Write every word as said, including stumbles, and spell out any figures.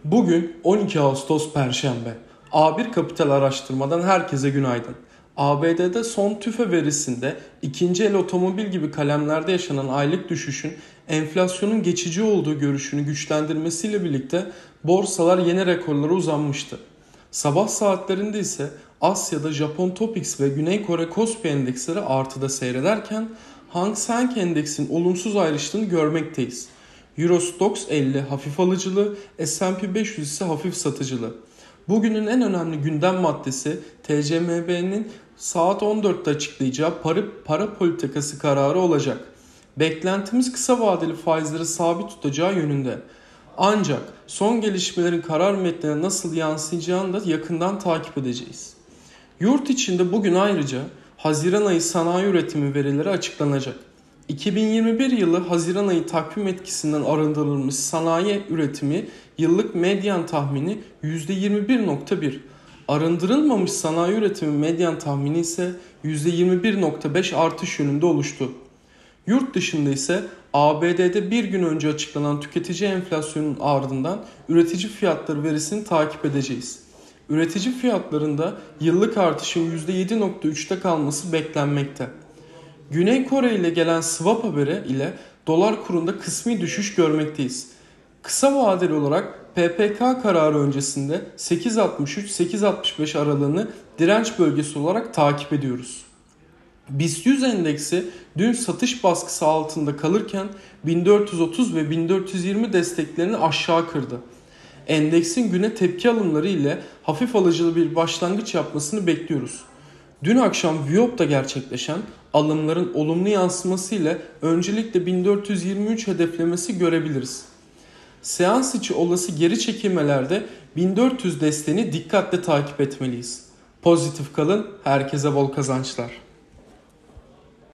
Bugün on iki Ağustos Perşembe. A bir Kapital Araştırma'dan herkese günaydın. A B D'de son tüfe verisinde ikinci el otomobil gibi kalemlerde yaşanan aylık düşüşün enflasyonun geçici olduğu görüşünü güçlendirmesiyle birlikte borsalar yeni rekorlara uzanmıştı. Sabah saatlerinde ise Asya'da Japon Topix ve Güney Kore Kospi endeksleri artıda seyrederken Hang Seng endeksinin olumsuz ayrıştığını görmekteyiz. Euro Stoxx elli hafif alıcılı, S and P beş yüz ise hafif satıcılı. Bugünün en önemli gündem maddesi T C M B'nin saat on dörtte açıklayacağı para, para politikası kararı olacak. Beklentimiz kısa vadeli faizleri sabit tutacağı yönünde. Ancak son gelişmelerin karar metnine nasıl yansıyacağını da yakından takip edeceğiz. Yurt içinde bugün ayrıca Haziran ayı sanayi üretimi verileri açıklanacak. iki bin yirmi bir yılı Haziran ayı takvim etkisinden arındırılmış sanayi üretimi yıllık medyan tahmini yüzde yirmi bir nokta bir. Arındırılmamış sanayi üretimi medyan tahmini ise yüzde yirmi bir nokta beş artış yönünde oluştu. Yurt dışında ise A B D'de bir gün önce açıklanan tüketici enflasyonunun ardından üretici fiyatları verisini takip edeceğiz. Üretici fiyatlarında yıllık artışın yüzde yedi nokta üçte kalması beklenmekte. Güney Kore ile gelen swap haberi ile dolar kurunda kısmi düşüş görmekteyiz. Kısa vadeli olarak P P K kararı öncesinde sekiz altmış üç sekiz altmış beş aralığını direnç bölgesi olarak takip ediyoruz. BIST yüz endeksi dün satış baskısı altında kalırken bin dört yüz otuz ve bin dört yüz yirmi desteklerini aşağı kırdı. Endeksin güne tepki alımları ile hafif alıcılı bir başlangıç yapmasını bekliyoruz. Dün akşam Viyop'ta gerçekleşen alımların olumlu yansıması ile öncelikle bin dört yüz yirmi üç hedeflemesi görebiliriz. Seans içi olası geri çekilmelerde bin dört yüz desteğini dikkatle takip etmeliyiz. Pozitif kalın, herkese bol kazançlar.